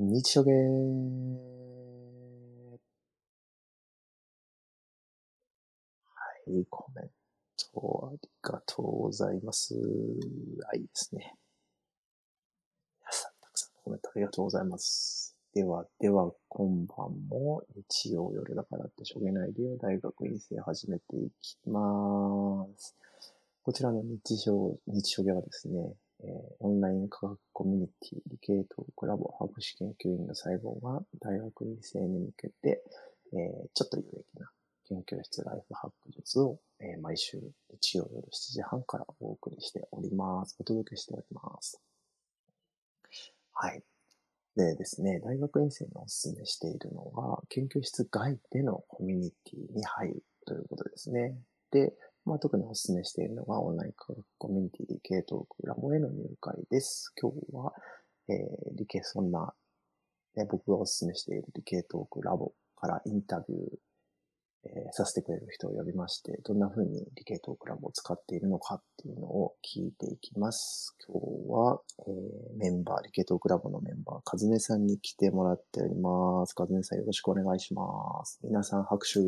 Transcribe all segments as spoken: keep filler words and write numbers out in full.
日初げ。はい、コメントありがとうございます。はい、いいですね。皆さん、たくさんのコメントありがとうございます。では、では、今晩も日曜夜だからってしょげないでよ、大学院生始めていきます。こちらの日常、日初げはですね、えー、オンライン科学コミュニティ、理系トークラボ博士研究員の細胞が大学院生に向けて、えー、ちょっと有益な研究室ライフハック術を、えー、毎週日曜夜しちじはんからお送りしております。お届けしております。はい。でですね、大学院生にお勧めしているのが、研究室外でのコミュニティに入るということですね。で、まあ、特にお勧めしているのが、オンライン科学コミュニティ理系トークラボへの入会です。今日は、えー、理系、そんな、ね、僕がお勧めしている理系トークラボからインタビュー、えー、させてくれる人を呼びまして、どんな風に理系トークラボを使っているのかっていうのを聞いていきます。今日は、えー、メンバー、理系トークラボのメンバー、かずねさんに来てもらっております。かずねさんよろしくお願いします。皆さん拍手。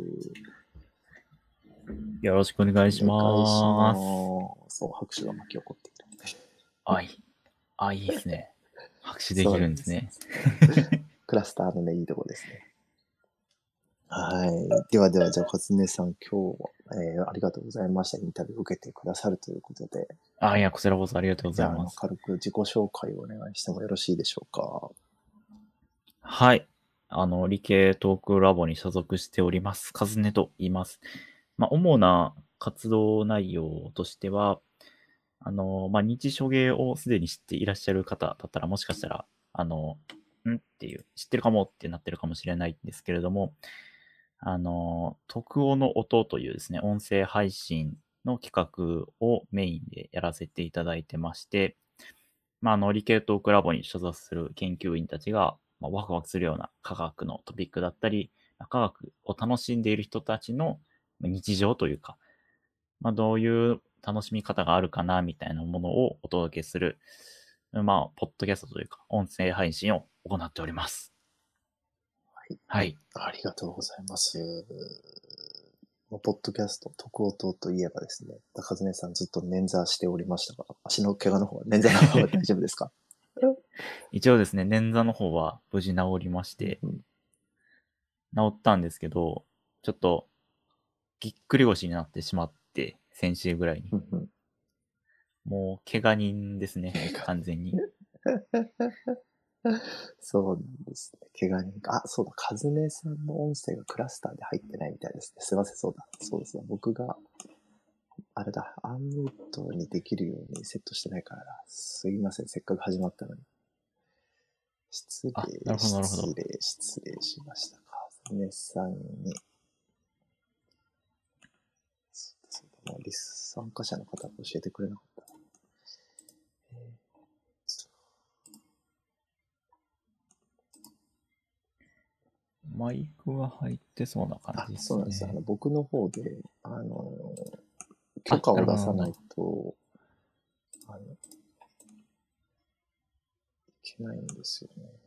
よろしくお願いします。 お願いします。そう、拍手が巻き起こっている。 あ、いい。あ、いいですね。拍手できるんですね。 クラスターのね、いいとこですね。はい。ではでは、じゃあ、かずねさん、今日は、えー、ありがとうございました。インタビューを受けてくださるということで。 あ、いや、こちらこそありがとうございます。 じゃあ、あの、軽く自己紹介をお願いしてもよろしいでしょうか。 はい。あの、理系トークラボに所属しております、かずねと言います。まあ、主な活動内容としては、あの、まあ、日初芸をすでに知っていらっしゃる方だったら、もしかしたら、あの、んっていう、知ってるかもってなってるかもしれないんですけれども、あの、特応の音というですね、音声配信の企画をメインでやらせていただいてまして、まあ、あの、理系トークラボに所属する研究員たちが、まあ、ワクワクするような科学のトピックだったり、科学を楽しんでいる人たちの日常というか、まあ、どういう楽しみ方があるかな、みたいなものをお届けする、まあ、ポッドキャストというか、音声配信を行っております。 はい。 はい。 ありがとうございます。ポッドキャスト、徳音といえばですね、高津さんずっと捻挫しておりましたが、足の怪我の方は、捻挫の方は大丈夫ですか？ 一応ですね、捻挫の方は無事治りまして、 うん、 治ったんですけど、ちょっと、ぎっくり腰になってしまって、先週ぐらいに。 うんうん、 もう、怪我人ですね、完全に。 そうなんですね。怪我人か。あ、そうだ。カズネさんの音声がクラスターで入ってないみたいですね。すいません、そうだ。そうですね。僕が、あれだ、アンミュートにできるようにセットしてないからだ。すいません。せっかく始まったのに。失あ、な礼、 るほど、なるほど。 失礼、失礼しました。カズネさんに。そうだ、そうだ。もうリス参加者の方が教えてくれなかった。えーマイクが入ってそうな感あ、 じですそうなんです。あね。 の、僕の方で、あの、許あ、 可をなるほど、なる出さないほど。 と、あの、いけないんですよね。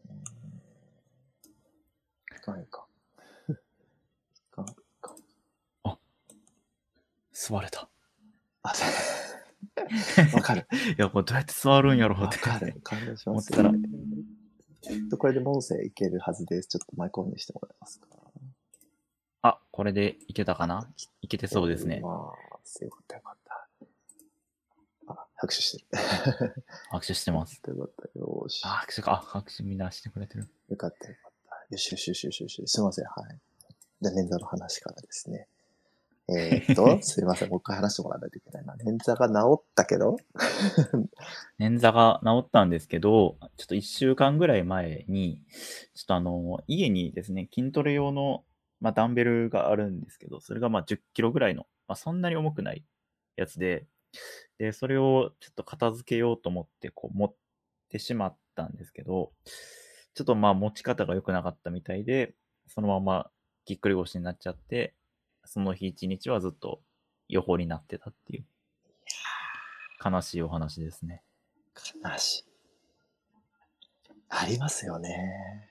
いかんいかん。いかんいかん。 あ、座れた。 あ、わかる。 いや、これどうやって座るんやろうってわかる。感動しますよ思ってたら。 ね。これで音声いけるはずです。ちょっとマイクオンにしてもらえますか。 あ、これでいけたかないけてそうですね。 まあ、よかったよかった。あ、拍手してる。 拍手してます。 よかったよかった。よーし。 あ、拍手か。あ、拍手みんなしてくれてる。 よかったよかった。よしよしよしよしよし。すいません。はい。じゃあ、捻挫の話からですね。えー、っと、すいません。もう一回話してもらわないといけないな。捻挫が治ったけど捻挫が治ったんですけど、ちょっといっしゅうかんぐらい前に、ちょっとあの、家にですね、筋トレ用の、まあ、ダンベルがあるんですけど、それがまあじゅっキロぐらいの、まあ、そんなに重くないやつで、で、それをちょっと片付けようと思って、こう持ってしまったんですけど、ちょっとまあ持ち方が良くなかったみたいで、そのままぎっくり腰になっちゃって、その日一日はずっと予報になってたっていう悲しいお話ですね。 悲しい。 ありますよね。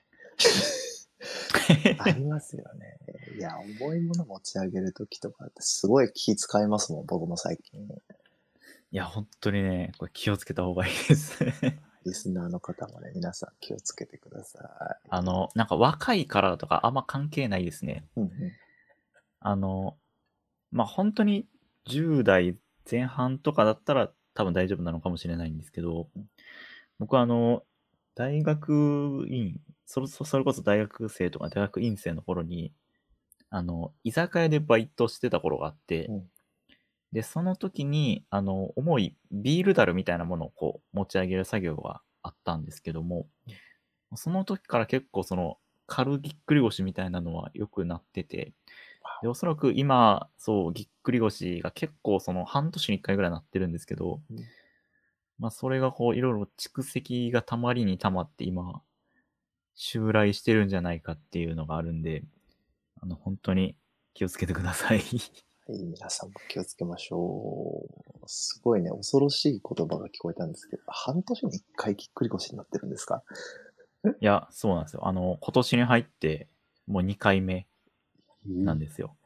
ありますよね。いや、重いもの持ち上げるときとかってすごい気使いますもん、僕も最近。 いや、本当にね、これ気をつけた方がいいですリスナーの方もね、皆さん気をつけてくださあの、なんか若いからとかあんま関係ないですね。 い。うんうん。 あの、まあ、本当にじゅう代前半とかだったら多分大丈夫なのかもしれないんですけど、僕はあの、大学院、それそそれこそ大学生とか大学院生の頃に、あの、居酒屋でバイトしてた頃があって、 うんで、その時に、あの、重いビール樽みたいなものをこう持ち上げる作業があったんですけども、その時から結構その、軽ぎっくり腰みたいなのは良くなってて、で、おそらく今、そう、ぎっくり腰が結構その半年にいっかいぐらいなってるんですけど、 うん。 まあそれがこういろいろ蓄積がたまりにたまって今、襲来してるんじゃないかっていうのがあるんで、あの、本当に気をつけてください。 はい、皆さんも気をつけましょう。すごいね、恐ろしい言葉が聞こえたんですけど、半年に一回ぎっくり腰になってるんですか？ いや、そうなんですよ。あの、今年に入ってもうにかいめなんいいですよ。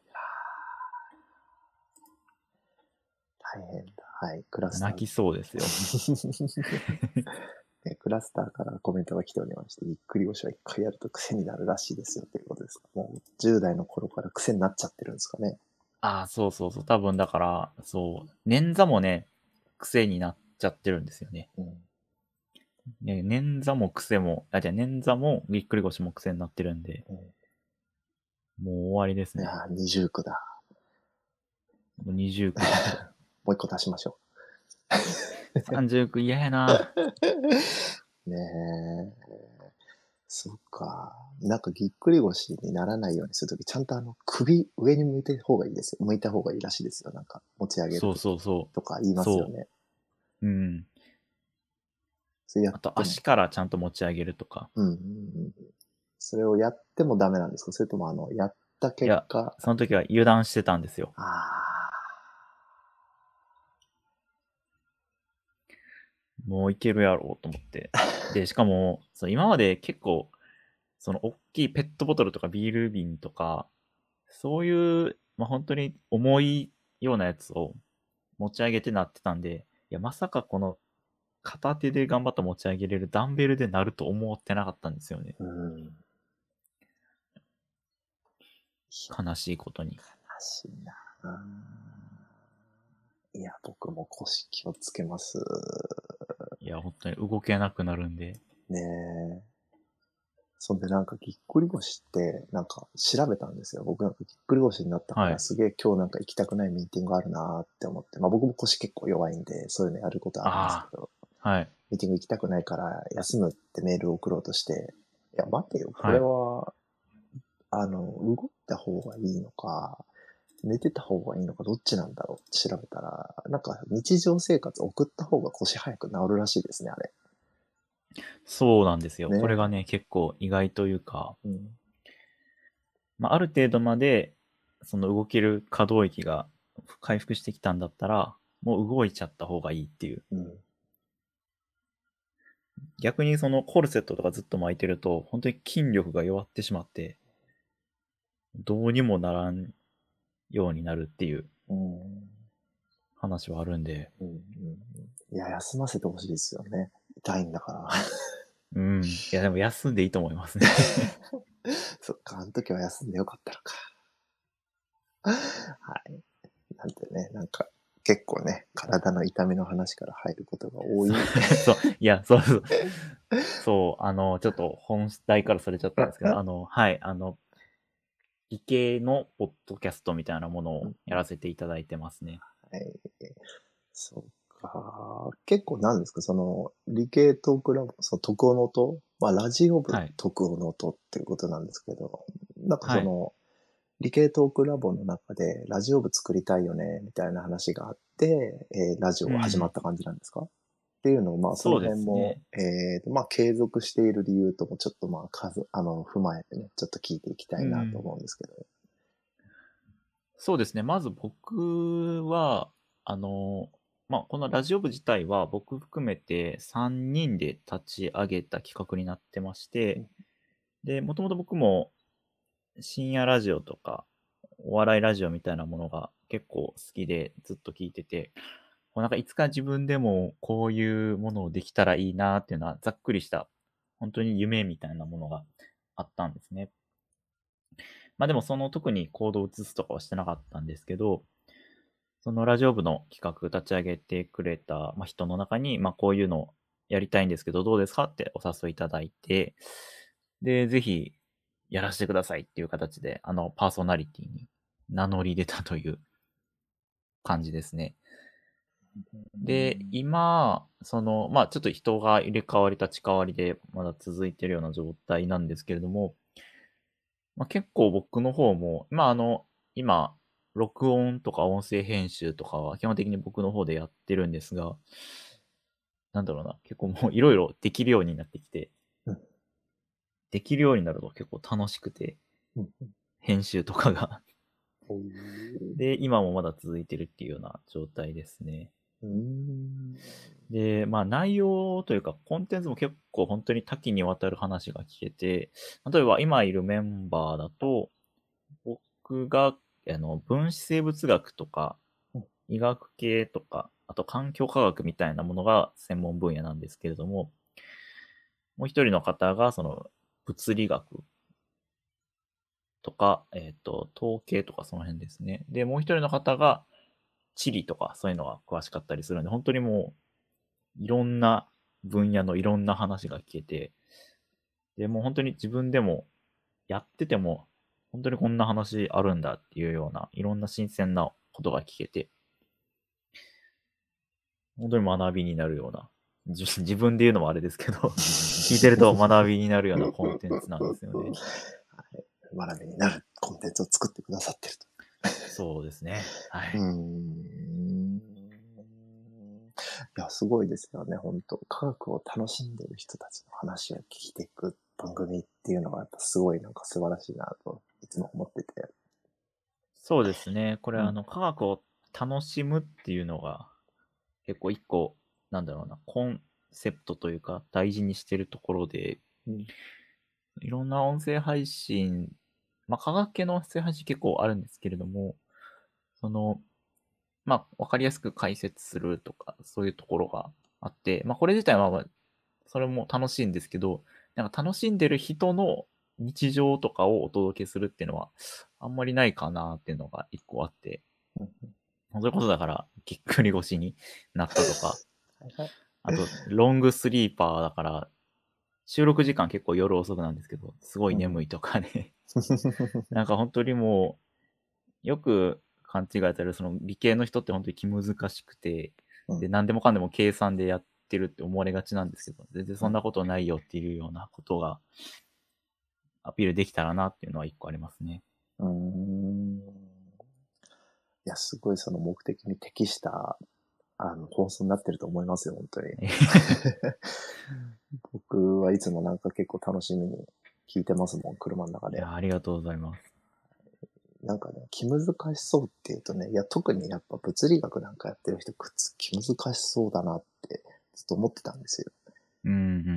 大変だ。はい、クラスター。 泣きそうですよ。 ね、クラスターからコメントが来ておりまして、ぎっくり腰は一回やると癖になるらしいですよっていうことですか。もうじゅう代の頃から癖になっちゃってるんですかね。 ああ、そうそうそう。多分だから、そう、捻挫もね、癖になっちゃってるんですよね。 うん。 ね、捻挫も癖も、あ、じゃあ捻挫もぎっくり腰も癖になってるんで、 うん、 もう終わりですね。 いやー、二重苦だ。 もう二重苦ですよ。 もう一個足しましょ三重苦嫌やな。 う。ねえ。そっか。なんかぎっくり腰にならないようにするとき、ちゃんとあの首上に向いて方がいいですよ。向いた方がいいらしいですよ。なんか持ち上げるそうときそうそとか言いう。そますよね。 う。うん。 それやっあとても。 足からちゃんと持ち上げるとか。 うんうんうん。それをやってもダメなんですか？それともあの、やったいや、 結果、 その時は油断してたんですよ。 ああ、 もういけるやろうと思って。で、しかも、そう今まで結構、その大きいペットボトルとかビール瓶とか、そういう、まあ、本当に重いようなやつを持ち上げてなってたんで、いや、まさかこの片手で頑張って持ち上げれるダンベルでなると思ってなかったんですよね。 うん。 悲しいことに。 悲しいな。いや、僕も腰気をつけます。 いや、本当に動けなくなるんで。 ねえ。そんでなんかぎっくり腰って、なんか調べたんですよ。僕なんかぎっくり腰になったかはい。 らすげえ今日なんか行きたくないミーティングあるなーって思って、まあ僕も腰結構弱いんで、そういうのやることあるんですけあど、 あ、はい。 ミーティング行きたくないから休むってメールを送ろうとして、いや待てよ、これはい。 は、あの、動いた方がいいのか、寝てた方がいいのか、どっちなんだろうって調べたら、なんか日常生活送った方が腰早く治るらしいですね、あれ。 そうなんですよ。これがねね、結構意外というか、 え。うん。 まあ、ある程度まで、その動ける可動域が回復してきたんだったら、もう動いちゃった方がいいっていう。 うん。 逆にそのコルセットとかずっと巻いてると、本当に筋力が弱ってしまって、どうにもならんようになるっていううん。 話はあるんで、 うん。うん。いや、休ませてほしいですよね。痛いんだから。 うん。いや、でも休んでいいと思いますね。 そっか、あの時は休んでよかったのか。はい。なんてね、なんか、結構ね、体の痛みの話から入ることが多い。 そう、いや、そうそう。そう、あの、ちょっと本題からそれちゃったんですけど、あの、はい、あの、理系のポッドキャストみたいなものをやらせていただいてますね。 はい。そっか。結構なんですか、その、理系トークラボ、その徳尾の音、まあ、ラジオ部はい。 徳尾の音っていうことなんですけど、なんかはい。 その、理系トークラボの中でラジオ部作りたいよね、みたいな話があって、えーラジオが始まうん。 った感じなんですか？っていうのを、まあ、そのそうで辺も、 すね。 えーと、まあ、継続している理由とも、ちょっとまあ、数、あの、踏まえてね、ちょっと聞いていきたいなとうん。 思うんですけど。 そうですね。まず僕は、あの、 まあ、このラジオ部自体は僕含めてさんにんで立ち上げた企画になってまして、で、もともと僕も深夜ラジオとか、お笑いラジオみたいなものが結構好きでずっと聞いてて、こうなんかいつか自分でもこういうものをできたらいいなっていうのはざっくりした本当に夢みたいなものがあったんですね。まあでもその特に行動を移すとかはしてなかったんですけど、そのラジオ部の企画立ち上げてくれた、まあ、人の中に、まあこういうのやりたいんですけどどうですかってお誘いいただいて、で、ぜひやらせてくださいっていう形で、あの、パーソナリティに名乗り出たという感じですね。で、今、その、まあちょっと人が入れ替わり立ち替わりでまだ続いているような状態なんですけれども、まあ、結構僕の方も、まああの、今、録音とか音声編集とかは基本的に僕の方でやってるんですが、なんだろうな、結構もういろいろできるようになってきて、 うんできるようになると結構楽しくて、 うん編集とかがおーで、今もまだ続いてるっていうような状態ですね。 うーんで、まあ内容というかコンテンツも結構本当に多岐にわたる話が聞けて、例えば今いるメンバーだと、僕があの分子生物学とかうん医学系とか、あと環境科学みたいなものが専門分野なんですけれども、もう一人の方がその物理学とか、えっと、統計とかその辺ですね。で、もう一人の方が地理とかそういうのが詳しかったりするんで、本当にもういろんな分野のいろんな話が聞けて、で、もう本当に自分でもやってても、本当にこんな話あるんだっていうような、いろんな新鮮なことが聞けて、本当に学びになるような、じ自分で言うのもあれですけど、聞いてると学びになるようなコンテンツなんですよね。 学びになるコンテンツを作ってくださってると。 そうですね。はうーい。 ん。いや、すごいですよね、本当科学を楽しんでる人たちの話を聞いていく番組っていうのがやっぱすごいなんか素晴らしいなといつも思ってて。 そうですね。これ、 うん。 あの、科学を楽しむっていうのが、結構一個、なんだろうな、コンセプトというか、大事にしてるところで、 うんいろんな音声配信、まあ、科学系の音声配信結構あるんですけれども、その、まあ、わかりやすく解説するとか、そういうところがあって、まあ、これ自体は、まあそれも楽しいんですけど、なんか楽しんでる人の日常とかをお届けするっていうのは、あんまりないかなっていうのが一個あって、 うんそういうことだから、ぎっくり腰になったとか、 はいはい。 あと、ロングスリーパーだから、収録時間結構夜遅くなんですけど、すごい眠いとかね。なんか本当にもう、よく勘違いされる、その理系の人って本当に気難しくて、 うんで、何でもかんでも計算でやってるって思われがちなんですけど、全然そんなことないよっていうようなことがアピールできたらなっていうのは一個ありますね。 うーん。いや、すごいその目的に適したあの放送になってると思いますよ、本当に。僕はいつもなんか結構楽しみに聞いてますもん、車の中で。 いや、ありがとうございます。 なんかね、気難しそうっていうとね、いや、特にやっぱ物理学なんかやってる人、くつ気難しそうだなってずっと思ってたんですよ。 うんうん。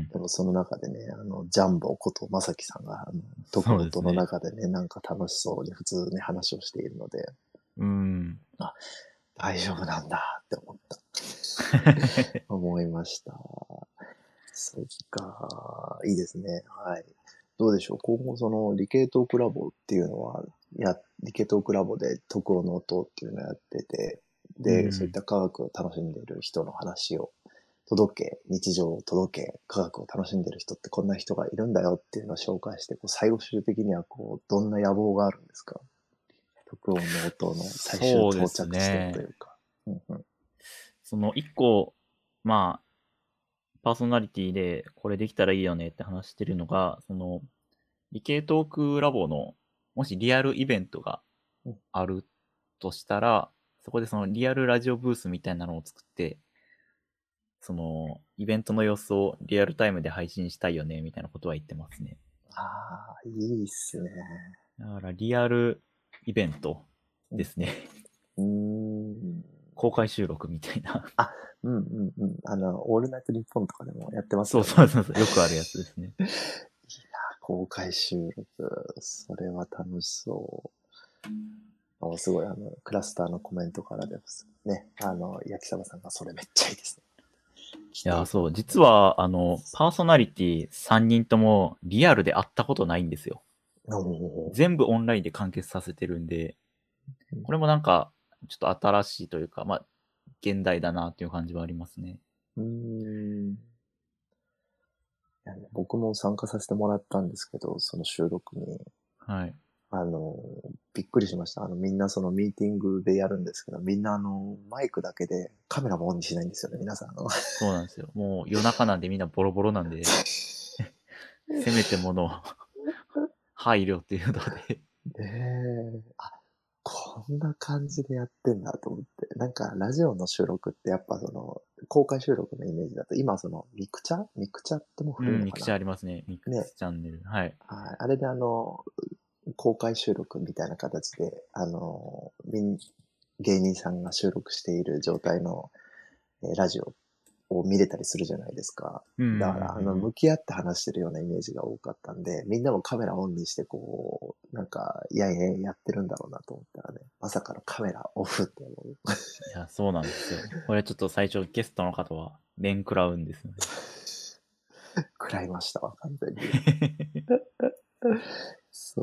でもその中でね、あの、ジャンボことまさきさんが、あの、とくろとのそうですね。 中でね、なんか楽しそうに普通に話をしているので、 うん。 あ、大丈夫なんだって思った。思いました。そっか、いいですね。はい。どうでしょう今後その理系トークラボっていうのは、や、理系トークラボで徳尾の音っていうのをやってて、で、そういっうんた科学を楽しんでいる人の話を届け、日常を届け、科学を楽しんでいる人ってこんな人がいるんだよっていうのを紹介して、こう最終的にはこう、どんな野望があるんですか徳尾の音の最終到そうです着地点といね。 うか。うんうん。 その一個、まあ、パーソナリティでこれできたらいいよねって話してるのが、その、理系トークラボの、もしリアルイベントがうんあるとしたら、そこでそのリアルラジオブースみたいなのを作って、その、イベントの様子をリアルタイムで配信したいよね、みたいなことは言ってますね。 ああ、いいっすね。 だから、リアルイベントうんですね。 うーん。 公開収録みたいな。 あ、うんうんうん。あの、オールナイトニッポンとかでもやってますそうよね。 そうそうそう、よくあるやつですね。 いやー、公開収録。それは楽しそう。あすごい、あの、クラスターのコメントからですね。あの、焼きそばさんがそれめっちゃいいですね。 いや、そう、実は、あの、パーソナリティさんにんともリアルで会ったことないんですよ。 おー全部オンラインで完結させてるんで、これもなんか、ちょっと新しいというか、まあ、現代だなっていう感じはありますね。 うーん。いやね僕も参加させてもらったんですけど、その収録に。 はい。 あの、びっくりしました。あの、みんなそのミーティングでやるんですけど、みんなあの、マイクだけでカメラもオンにしないんですよね、皆さん。あのそうなんですよ。もう夜中なんでみんなボロボロなんで、せめてもの配慮っていうので。 ねえ。あ、こんな感じでやってんだと思って。なんか、ラジオの収録ってやっぱその、公開収録のイメージだと、今その、ミクチャミクチャってもううん、 古いのかな。 ミクチャありますね。ミックね。 スチャンネル。はい。 はい。あれであの、公開収録みたいな形で、あの、みん、芸人さんが収録している状態の、えーラジオを見れたりするじゃないですか。 うんうんうんうん。 だから、あの、向き合って話してるようなイメージが多かったんで、みんなもカメラオンにして、こう、なんか、いやいややってるんだろうなと思ったらね、まさかのカメラオフって思う。 いや、そうなんですよ。これちょっと最初ゲストの方は、面食らうんですよね。 食らいましたわ、完全に。そう。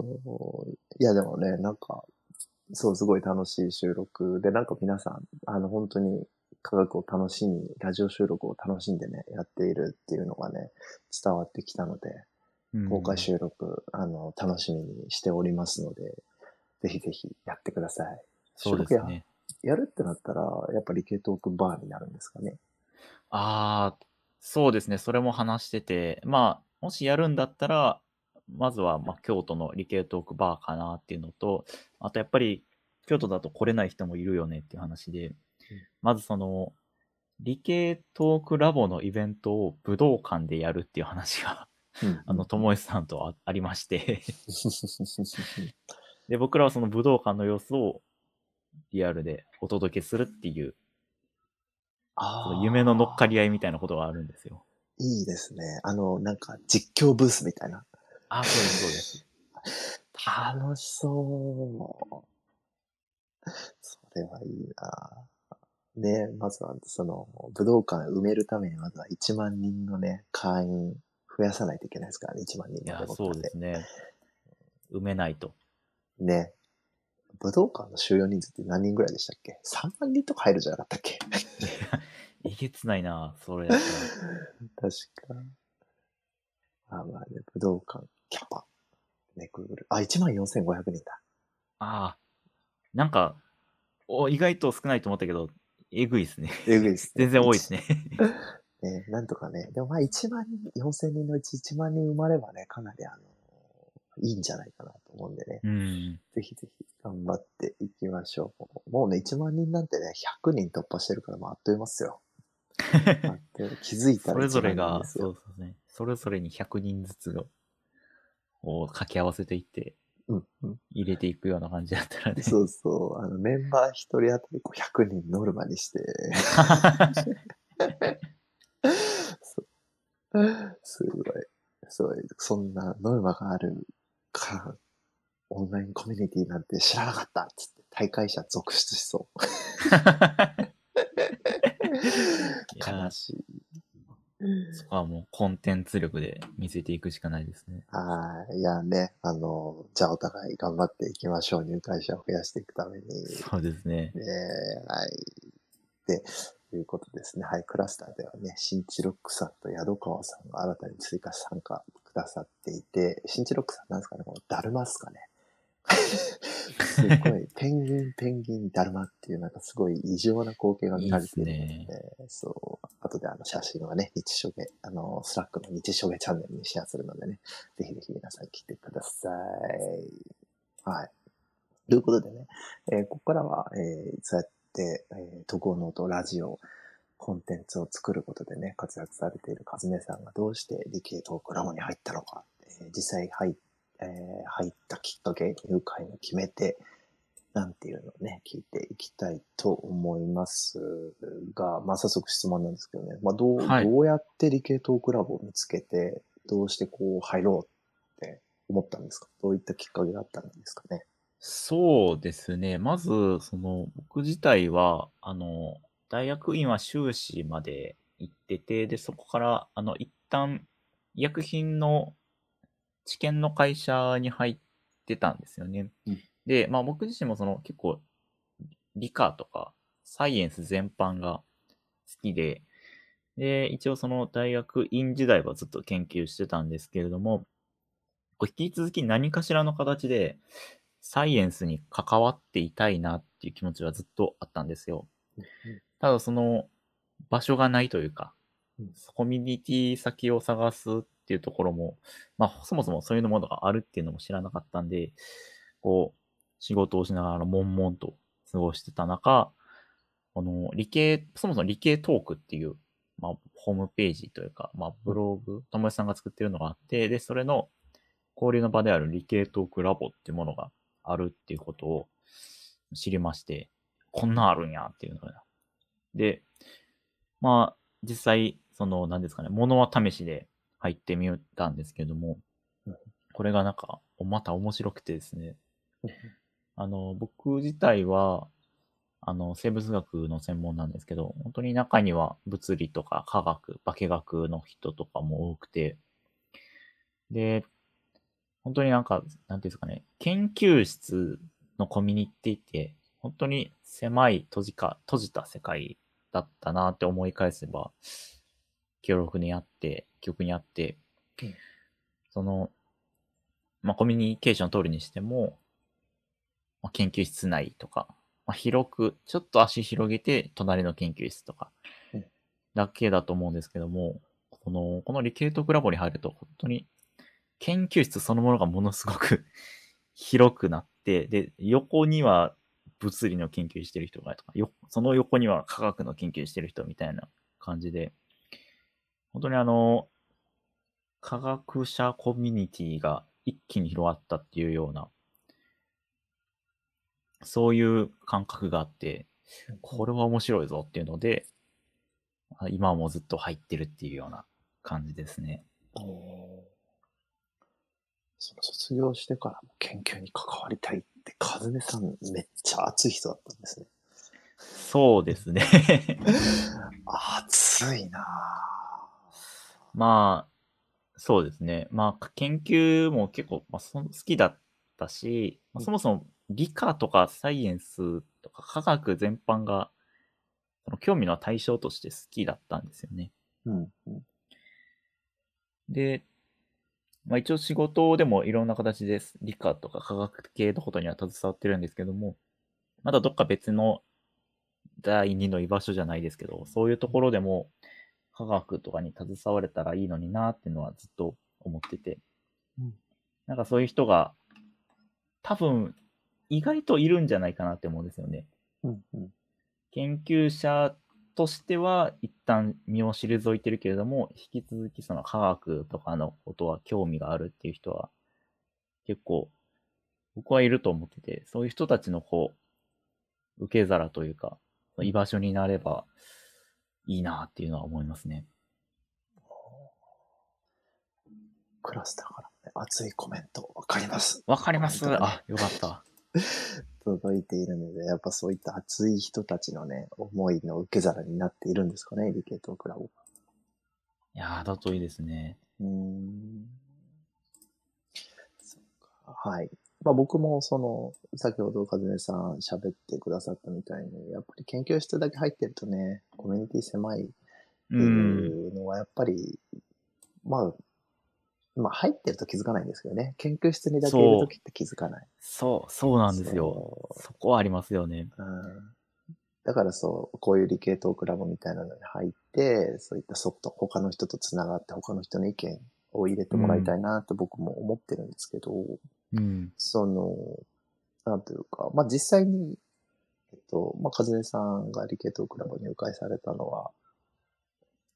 いや、でもね、なんか、そう、すごい楽しい収録で、なんか皆さん、あの、本当に科学を楽しみ、ラジオ収録を楽しんでね、やっているっていうのがね、伝わってきたので、 う公開ん。 収録、あの、楽しみにしておりますので、ぜひぜひやってください。 そ収録や、 うですね。 やるってなったら、やっぱり理系トークバーになるんですかね。 ああ、そうですね。それも話してて、まあ、もしやるんだったら、まずは、まあ、京都の理系トークバーかなっていうのと、あとやっぱり、京都だと来れない人もいるよねっていう話で、 うんまずその、理系トークラボのイベントを武道館でやるっていう話が、 うん、 あの、 うん。 ともえさんとあありましてで、僕らはその武道館の様子をリアルでお届けするっていう、その夢の乗っかりああ、 合いみたいなことがあるんですよ。 いいですね。あの、なんか実況ブースみたいな。 ああ、そうです、そうです。 楽しそう。それはいいな。ね、まずは、その、武道館埋めるために、まずはいちまん人のね、会員増やさないといけないですからね、いちまん人いや、 までもってそうですね。埋めないと。 ね。武道館の収容人数って何人ぐらいでしたっけ？ さん 万人とか入るじゃなかったっけ？ いや、えげつないな、それやったら。 確か。あ、まあね、武道館、キャパ、ね、グーグル。あ、いちまんよんせんごひゃくにんだ。 ああ、なんか、お意外と少ないと思ったけど、えぐいっすね。 えぐいですね。 全然多いっすいち、 ね。 ね、なんとかね。でもまあいちまん人、よんせんにんのうちいちまん人生まればね、かなりあの、いいんじゃないかなと思うんでね。 うん。 ぜひぜひ頑張っていきましょう。もうね、いちまん人なんてね、ひゃくにん突破してるから、まあ、あっという間っすよ。あっという間。気づいたら1 それぞれ万人でが、 すよ。 そうですね。それぞれにひゃくにんずつを掛け合わせていって、 うんうん。 入れていくような感じだったらね。 そうそう。あの、メンバー一人当たりこうひゃくにんノルマにして、そうすごい、すごい、そんなノルマがあるか、オンラインコミュニティなんて知らなかったっつって大会者続出しそう。 い悲や、 しい。 そこはもうコンテンツ力で見せていくしかないですね。 はい。いやね、あの、じゃあお互い頑張っていきましょう。入会者を増やしていくために。 そうですね。 ね、はい。で、ということですね。はい。クラスターではね、新地ロックさんと宿川さんが新たに追加参加くださっていて、新地ロックさんなんですかね、このダルマっすかね。すごい、ペンギン、ペンギン、だるまっていうなんかすごい異常な光景が見いいっすられているので、 ね。 ね、そう、後であの写真はね、日しょげ、あの、スラックの日しょげチャンネルにシェアするのでね、ぜひぜひ皆さん来てください。はい。ということでね、えーここからは、えーそうやって、えー、特攻ノートラジオ、コンテンツを作ることでね、活躍されているカズネさんがどうして理系トークラボに入ったのか、えー実際入,、えー入ったきっかけ、入会の決め手、 なんていうのをね、聞いていきたいと思いますが、まあ、早速質問なんですけどね。まあ、どう、 はい。 どうやって理系トークラボを見つけて、どうしてこう入ろうって思ったんですか？どういったきっかけがあったんですかね？ そうですね。まず、その、僕自体は、あの、大学院は修士まで行ってて、で、そこから、あの、一旦、医薬品の治験の会社に入ってたんですよね。 うん。 で、まあ僕自身もその結構理科とかサイエンス全般が好きで、で、一応その大学院時代はずっと研究してたんですけれども、こう引き続き何かしらの形でサイエンスに関わっていたいなっていう気持ちはずっとあったんですよ。 うん。 ただその場所がないというか、 うん。 コミュニティ先を探すっていうところも、まあ、そもそもそういうものがあるっていうのも知らなかったんで、こう、仕事をしながら悶々と過ごしてた中、この理系、そもそも理系トークっていう、まあ、ホームページというか、まあ、 うん。 ブログ、友達さんが作ってるのがあって、で、それの交流の場である理系トークラボっていうものがあるっていうことを知りまして、こんなんあるんやっていうのが。で、まあ、実際、その、なんですかね、ものは試しで入ってみたんですけども、 うん。 これがなんか、また面白くてですね、 うん。 あの、僕自体は、あの、生物学の専門なんですけど、本当に中には物理とか科学、化学の人とかも多くて、で、本当になんか、なんていうんですかね、研究室のコミュニティって、本当に狭い閉じか、閉じた世界だったなって思い返せば、記憶にあって、記憶にあって、 うん。 その、まあ、コミュニケーションを取るにしても、まあ、研究室内とか、まあ、広く、ちょっと足広げて、隣の研究室とか、 うん。 だけだと思うんですけども、この、この理系トークラボに入ると、本当に、研究室そのものがものすごく広くなって、で、横には物理の研究してる人がとか、よ、その横には科学の研究してる人みたいな感じで、本当にあの、科学者コミュニティが一気に広がったっていうような、そういう感覚があって、 うん。 これは面白いぞっていうので、今はもうずっと入ってるっていうような感じですね。 おー。その卒業してからも研究に関わりたいって、和音さんめっちゃ熱い人だったんですね。 そうですね。 熱いなぁ。 まあ、そうですね。まあ、研究も結構、まあ、そ好きだったし、まあ、 うん。 そもそも理科とかサイエンスとか科学全般が、その興味の対象として好きだったんですよね。 うん。うん。 で、まあ、一応仕事でもいろんな形で理科とか科学系のことには携わってるんですけども、まだどっか別の第二の居場所じゃないですけど、そういうところでも科学とかに携われたらいいのになっていうのはずっと思ってて、 うん。 なんかそういう人が多分意外といるんじゃないかなって思うんですよね。 うん。うん。 研究者としては一旦身を退いてるけれども、引き続きその科学とかのことは興味があるっていう人は結構僕はいると思ってて、そういう人たちのこう、受け皿というか、 うん。 居場所になればいいなっていうのは思いますね。 クラスだからね、熱いコメント、わかります。 わかりコます。 メントがね、 あ、よかった。 届いているので、やっぱそういった熱い人たちのね、思いの受け皿になっているんですかね、リケートクラブ。 いやー、だといいですね。 うーん。そうか。はい。まあ僕もその、先ほど和音さん喋ってくださったみたいに、やっぱり研究室だけ入ってるとね、コミュニティ狭いっうていん。 うのはやっぱり、まあ、まあ入ってると気づかないんですけどね、研究室にだけいるとそう。 きって気づかない。 そう、そうなんですよ。 そそこはありますよね。 う。うん。だからそう、こういう理系トークラボみたいなのに入って、そういったソフト、他の人と繋がって他の人の意見を入れてもらいたうん。 いなと僕も思ってるんですけど、 うん。 その、なんというか、まあ、実際に、えっと、まあ、和音さんが理系トークラボに入会されたのは、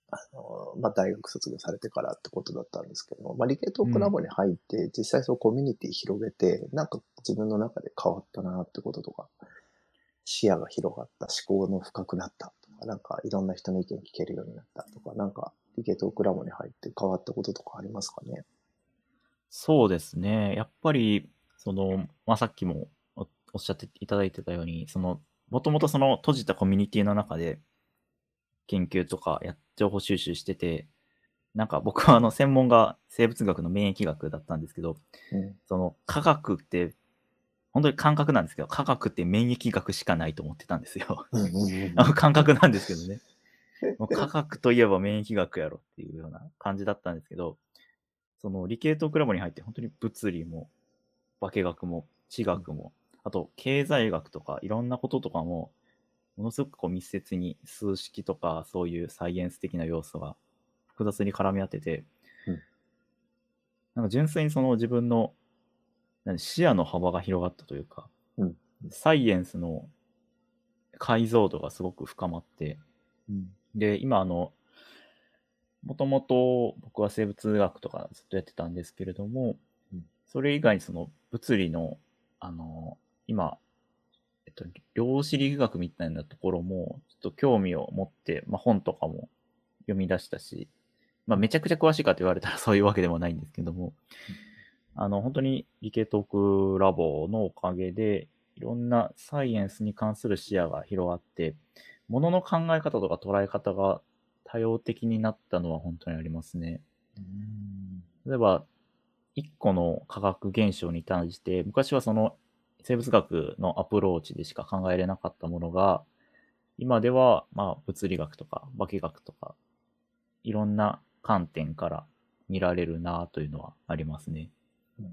あの、まあ、大学卒業されてからってことだったんですけども、まあ、理系トークラうん。 ボに入って、実際そのコミュニティ広げて、なんか自分の中で変わったなってこととか、視野が広がった、思考の深くなったとか、なんかいろんな人の意見聞けるようになったとか、なんか理系トークラボに入って変わったこととかありますかね？ そうですね。やっぱり、その、まあ、さっきもおおっしゃっていただいてたように、その、もともとその閉じたコミュニティの中で研究とかや情報収集してて、なんか僕はあの専門が生物学の免疫学だったんですけど、 うん。 その科学って本当に感覚なんですけど、科学って免疫学しかないと思ってたんですよ。 うんうんうんあうん。 の感覚なんですけどね。もう科学といえば免疫学やろっていうような感じだったんですけど、その理系トークラボに入って本当に物理も化学も地学も、あと経済学とかいろんなこととかも、ものすごくこう密接に数式とかそういうサイエンス的な要素が複雑に絡み合ってて、 うんなんか純粋にその自分の何視野の幅が広がったというか、 うんサイエンスの解像度がすごく深まって、 うんで、今あの、もともと僕は生物学とかずっとやってたんですけれども、 うんそれ以外にその物理の、あの、今、えっと、量子力学みたいなところも、ちょっと興味を持って、まあ、本とかも読み出したし、まあ、めちゃくちゃ詳しいかと言われたらそういうわけでもないんですけども、あの、本当に理系トークラボのおかげで、いろんなサイエンスに関する視野が広がって、ものの考え方とか捉え方が多様的になったのは本当にありますね。 うん例えば、一個の化学現象に対して、昔はその生物学のアプローチでしか考えれなかったものが、今では、まあ、物理学とか化学とか、いろんな観点から見られるなというのはありますね。 うん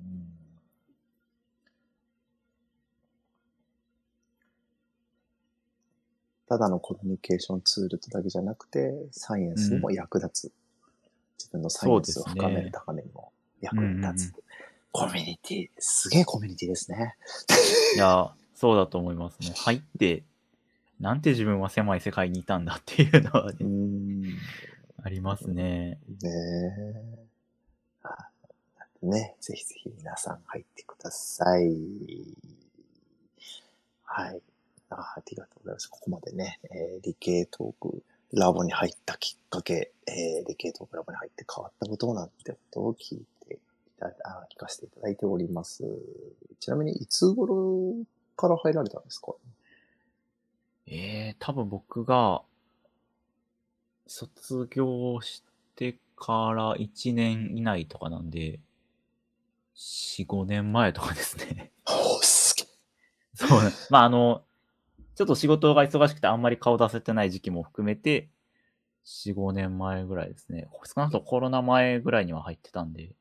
ただのコミュニケーションツールとだけじゃなくて、サイエンスにも役立つ。自分のサイエンスをそうです深めるね。 ためにもうんうん役に立つ。 うん。 コミュニティ、すげえコミュニティですね。 いや、そうだと思います。もう入って、なんて自分は狭い世界にいたんだっていうのはうーね、 ん。 ありますね。 ねえ。あね、ぜひぜひ皆さん入ってください。はい。あありがとうございます。ここまでね、えー理系トークラボに入ったきっかけ、えー理系トークラボに入って変わったことなんてことを聞いていただあ聞かせていただいております。ちなみに、いつ頃から入られたんですか？ えー、多分僕が卒業してからいちねん以内とかなんで、よん、ごねんまえとかですね。 おー、すげえ。 そうね。まあ、あの、ちょっと仕事が忙しくてあんまり顔出せてない時期も含めて、よん、ごねんまえぐらいですね。少なくともコロナ前ぐらいには入ってたんで。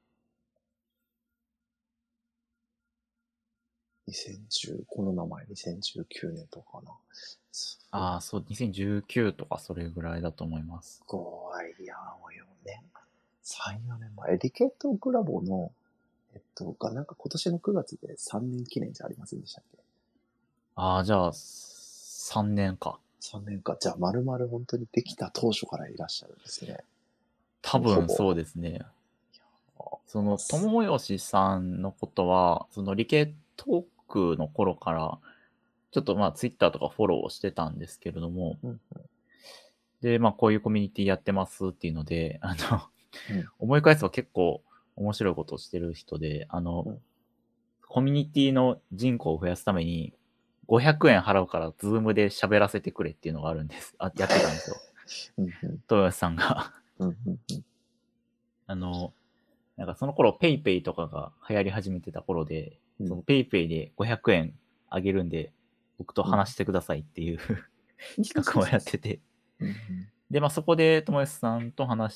にせんじゅう、この名前にせんじゅうきゅうねんとかかな。すああ、そう、にせんじゅうきゅうとかそれぐらいだと思います。 ごい、いや、もうよねん。さん、よねんまえ。リケットクラボの、えっと、が、なんか今年のくがつでさんねん記念じゃありませんでしたっけ？ ああ、じゃあ、さんねんか。 さんねんか。じゃあ、まるまる本当にできた当初からいらっしゃるんですね。 多もうほぼ。 分そうですね。 あその、友吉さんのことは、その理系トークの頃から、ちょっとまあツイッターとかフォローしてたんですけれども、 うんで、まあこういうコミュニティやってますっていうので、あの、 うん思い返せば結構面白いことをしてる人で、あの、 うんコミュニティの人口を増やすために、ごひゃくえん払うからズームで喋らせてくれっていうのがあるんです。あ、やってたんですよ。 うんうん豊吉さんが。 うんうんうんあの、なんかその頃ペイペイとかが流行り始めてた頃で、 うんそのペイペイでごひゃくえんあげるんで、僕と話してくださいっていう企画をやってて。 うんうんで、まあそこで友吉さんと話して、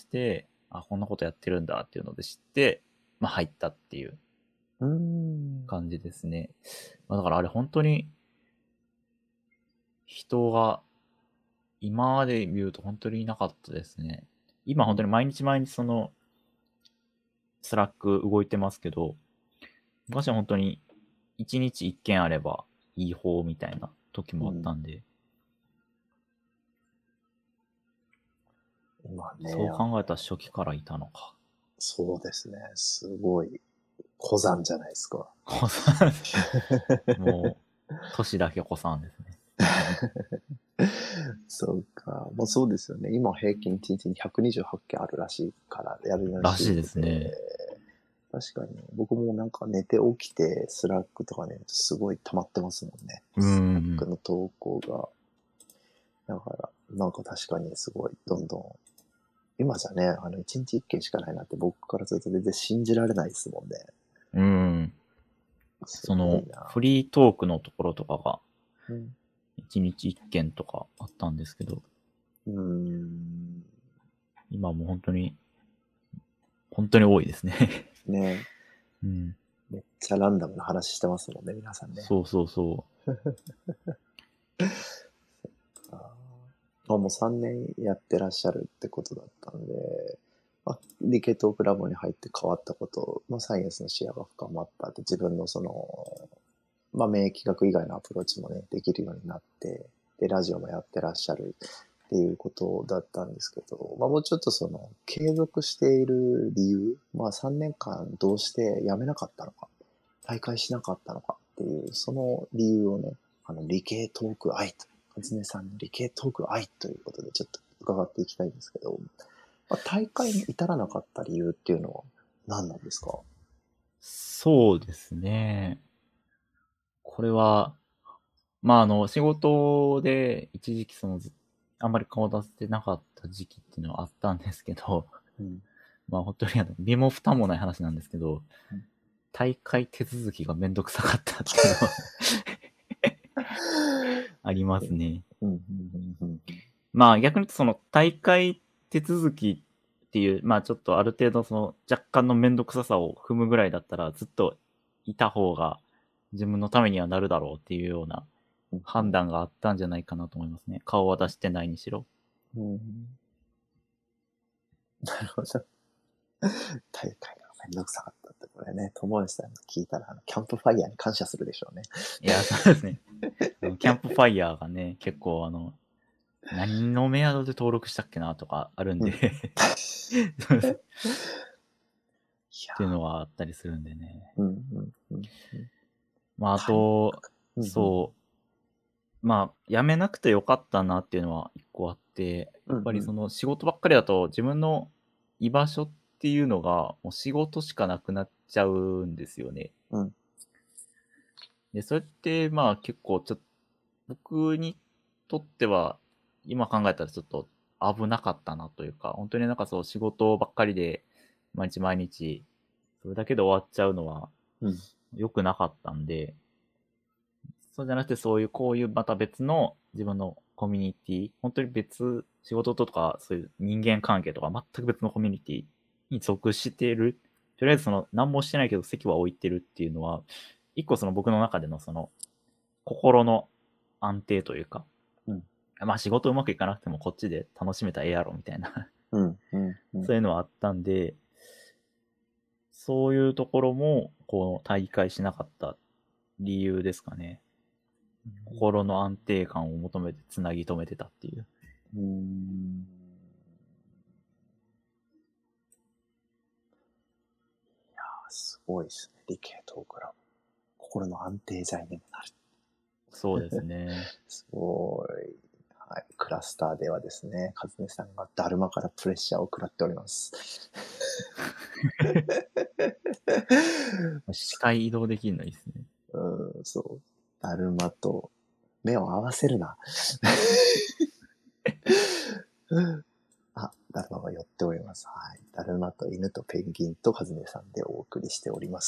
あ、こんなことやってるんだっていうので知って、まあ入ったっていううーん感じですね。まあだからあれ本当に人が今まで見ると本当にいなかったですね。今本当に毎日毎日そのスラック動いてますけど、昔は本当に一日一件あればいい方みたいな時もあったんで。 今ね、 そう考えたら初期からいたのか。 そうですね。すごい、小山じゃないですか。 子さん、もう、年だけ子さんですね。 そうか。もうそうですよね。今平均いちにちにひゃくにじゅうはちけんあるらしいから、やるらしいので。 らしいですね。 確かに。僕もなんか寝て起きて、スラックとかね、すごい溜まってますもんね。 うんスラッうんクの投稿が。だから、なんか確かにすごい、どんどん。今じゃね、あの、いちにちいっけんしかないなって僕からすると全然信じられないですもんね。 うん。うん。 すその、 ごいな。 フリートークのところとかが、 うんいちにちいっけんとかあったんですけど、 うーん。 今もう本当に、本当に多いですね。 ねうん。 めっちゃランダムな話してますもんね、皆さんね。 そうそうそあーあ、もうさんねんやってらっしゃるってことだったんで、まあ、理系トークラボに入って変わったこと、まあ、サイエンスの視野が深まったって、自分のその、まあ、免疫学以外のアプローチもね、できるようになって、で、ラジオもやってらっしゃるっていうことだったんですけど、まあ、もうちょっとその、継続している理由、まあ、さんねんかんどうして辞めなかったのか、大会しなかったのかっていう、その理由をね、あの、理系トーク愛と、はじめさんの理系トーク愛ということでちょっと伺っていきたいんですけど、まあ、大会に至らなかった理由っていうのは何なんですか？ う。そうですね。これは、まあ、あの、仕事で一時期その、ずあんまり顔出せてなかった時期っていうのはあったんですけど、 うん。 まあ本当にあの、身も蓋もない話なんですけど、 うん大会手続きがめんどくさかったっていうのはありますね。 うん、うん、うん、うん。 まあ逆に言うとその大会手続きっていう、まあちょっとある程度その若干のめんどくささを踏むぐらいだったらずっといた方が自分のためにはなるだろうっていうような判断があったんじゃないかなと思いますね。顔は出してないにしろ。 うん、なるほど。大会がめんどくさかったって、これね、友吉さんが聞いたら、あの、キャンプファイヤーに感謝するでしょうね。 いや、そうですね。あのキャンプファイヤーがね、結構あの、何のメアドで登録したっけなとかあるんで、 うん。いそうですっやていうのはあったりするんでね。 ーうん、うん、うん。うんまああ大と、 うん、うん、 そう、まあ、辞めなくてよかったなっていうのは一個あって、やうん、 っぱりうん。 その仕事ばっかりだと自分の居場所っていうのがもう仕事しかなくなっちゃうんですよね。 うん、 で、それってまあ結構ちょっと僕にとっては今考えたらちょっと危なかったなというか、本当になんかそう仕事ばっかりで毎日毎日それだけで終わっちゃうのはうん、 良くなかったんで、そうじゃなくて、そういう、こういうまた別の自分のコミュニティ、本当に別、仕事とか、そういう人間関係とか、全く別のコミュニティに属している。とりあえず、その、何もしてないけど席は置いてるっていうのは、一個その僕の中でのその、心の安定というか、 うん、 まあ仕事うまくいかなくてもこっちで楽しめたらええやろ、みたいなうん、うん、うん。 そういうのはあったんで、そういうところも、こう、大会しなかった理由ですかね。心の安定感を求めてつなぎ止めてたっていう。 うーん。すごいですね。理系トークラボ。心の安定剤にもなる。 そうですね。 すごい。はい。クラスターではですね、和音さんがだるまからプレッシャーを食らっております。 視界移動できるのいいですね。 うん、そう。だるまと目を合わせるな。あ、だるまが寄っております。はい。だるまと犬とペンギンと和音さんでお送りしております。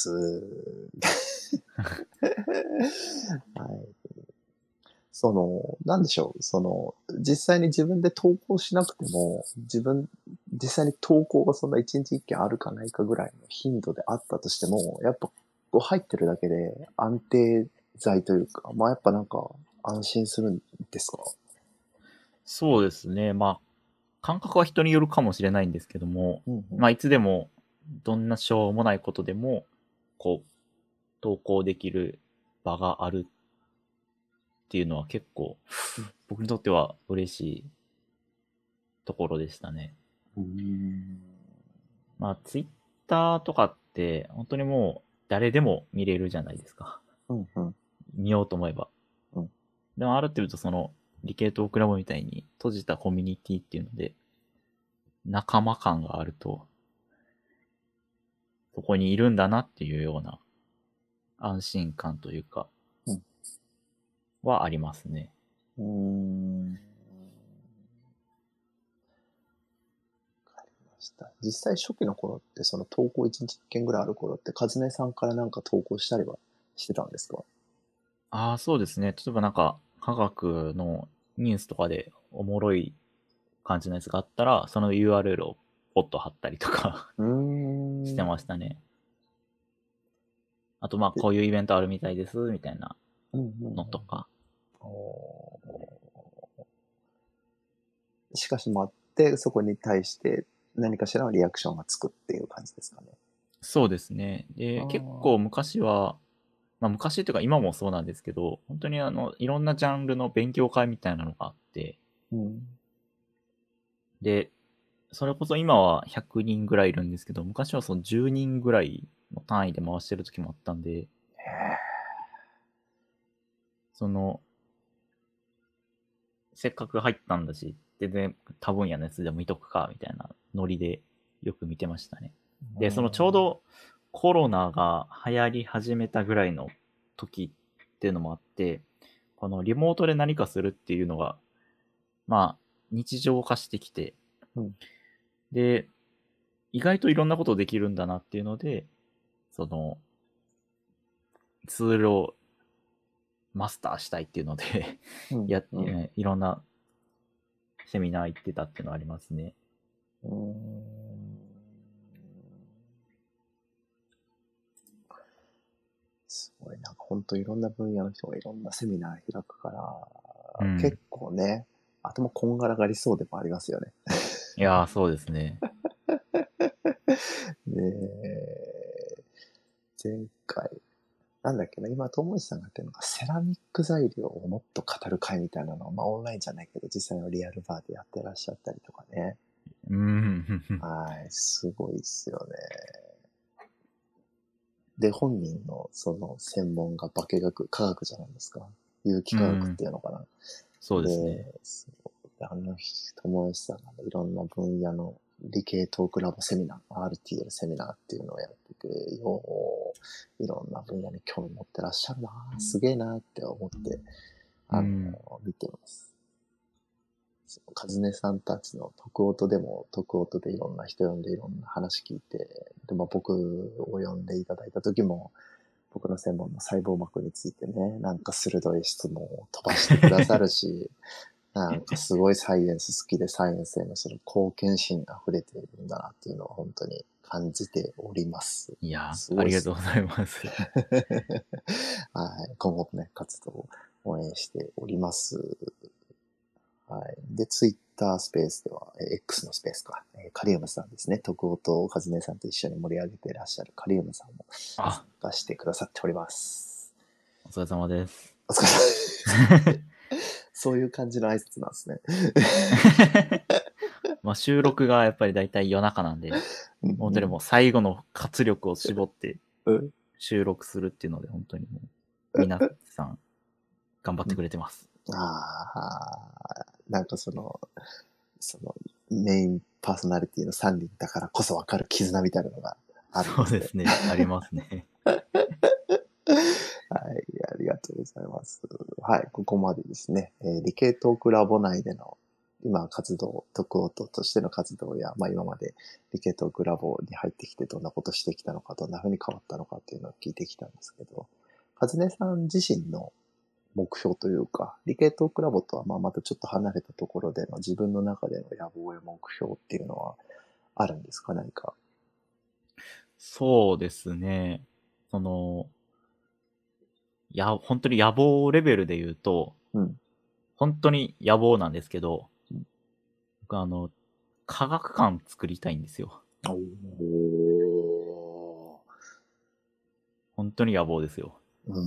はい。その、なんでしょう。その、実際に自分で投稿しなくても、自分、実際に投稿がそんないちにちいっけんあるかないかぐらいの頻度であったとしても、やっぱ、こう入ってるだけで安定剤というか、まあやっぱなんか安心するんですか？ そうですね。まあ、感覚は人によるかもしれないんですけども、 うんうん。 まあ、いつでも、どんなしょうもないことでも、こう、投稿できる場があるっていうのは結構、僕にとっては嬉しいところでしたね。 うーん。 まあ、ツイッターとかって、本当にもう誰でも見れるじゃないですか。 うんうん。 見ようと思えば。 うん。 でも、ある程度その、理系トークラボみたいに閉じたコミュニティっていうので、仲間感があると、そこにいるんだなっていうような安心感というか、 うん。 はありますね。 うーん。わかりました。実際初期の頃って、その投稿いちにちいっけんぐらいある頃って、カズネさんからなんか投稿したりはしてたんですか？ ああ、そうですね。例えばなんか、科学のニュースとかでおもろい感じのやつがあったら、その ユーアールエル をポッと貼ったりとかうーしてん。 ましたね。あと、まあ、 で、 こういうイベントあるみたいです、みたいなうんうんうんうん。 のとか。 おーしかし待って、そこに対して何かしらのリアクションがつくっていう感じですかね。 そうですね。 あで、結あ。 構昔は、まあ昔っていうか今もそうなんですけど、本当にあの、いろんなジャンルの勉強会みたいなのがあって、 うん。 で、それこそ今はひゃくにんぐらいいるんですけど、昔はそのじゅうにんぐらいの単位で回してる時もあったんで、その、せっかく入ったんだし、全然多分野のやつでも見とくか、みたいなノリでよく見てましたね。で、そのちょうどコロナが流行り始めたぐらいの時っていうのもあって、このリモートで何かするっていうのが、まあ、日常化してきて、 うん。 で、意外といろんなことできるんだなっていうので、その、ツールをマスターしたいっていうのでうん。 や、 うん。 いろんなセミナー行ってたっていうのはありますね。 うーん。すごい、なんか本当いろんな分野の人がいろんなセミナー開くから、結うん。 構ね、頭こんがらがりそうでもありますよね。 いやー、そうですね。 で、前回、なんだっけな、今、友石さんが言ってるのが、セラミック材料をもっと語る会みたいなのを、まあオンラインじゃないけど、実際のリアルバーでやってらっしゃったりとかね。 うん。 はい、すごいっすよね。で、本人のその専門が化学、科学じゃないですか。有機化学っうん。 ていうのかな。 そうですで、 ね。 そうあの人、友吉さんがいろんな分野の理系トークラボセミナー、アールティーエル セミナーっていうのをやってて、よう、いろんな分野に興味持ってらっしゃるなすげえなって思って、あの、 うん。 見てます。カズネさんたちの徳音でも徳音でいろんな人呼んでいろんな話聞いて、で、まあ、僕を呼んでいただいた時も、僕の専門の細胞膜についてね、なんか鋭い質問を飛ばしてくださるし、なんかすごいサイエンス好きでサイエンスへのその貢献心が溢れているんだなっていうのは本当に感じております。 いやー、 すごいですね。 ありがとうございます。 はい。今後もね、活動を応援しております。はい。で、ツイッタースペースでは、えー X のスペースか、えーカリウムさんですね。徳尾とカズネさんと一緒に盛り上げていらっしゃるカリウムさんも参あ、 加してくださっております。 お疲れ様です。 お疲れ様です。そういう感じの挨拶なんですね。 まあ収録がやっぱり大体夜中なんで、 うん本当にもう最後の活力を絞ってうん。 収録するっていうので、本当にもう皆さん頑張ってくれてます。 ああ、なんかその、その、メインパーソナリティのさんにんだからこそわかる絆みたいなのがあるんですね。 そうですね。ありますね。 はい、ありがとうございます。はい、ここまでですね、えー理系トークラボ内での今活動、特音としての活動や、まあ今まで理系トークラボに入ってきてどんなことしてきたのか、どんな風に変わったのかっていうのを聞いてきたんですけど、はずねさん自身の目標というか、理系トークラボとはまあまたちょっと離れたところでの自分の中での野望や目標っていうのはあるんですか、何か。 そうですね。その、いや、本当に野望レベルで言うと、 うん。 本当に野望なんですけど、 うん僕あの、科学館作りたいんですよ。 おー。 本当に野望ですよ。 うん。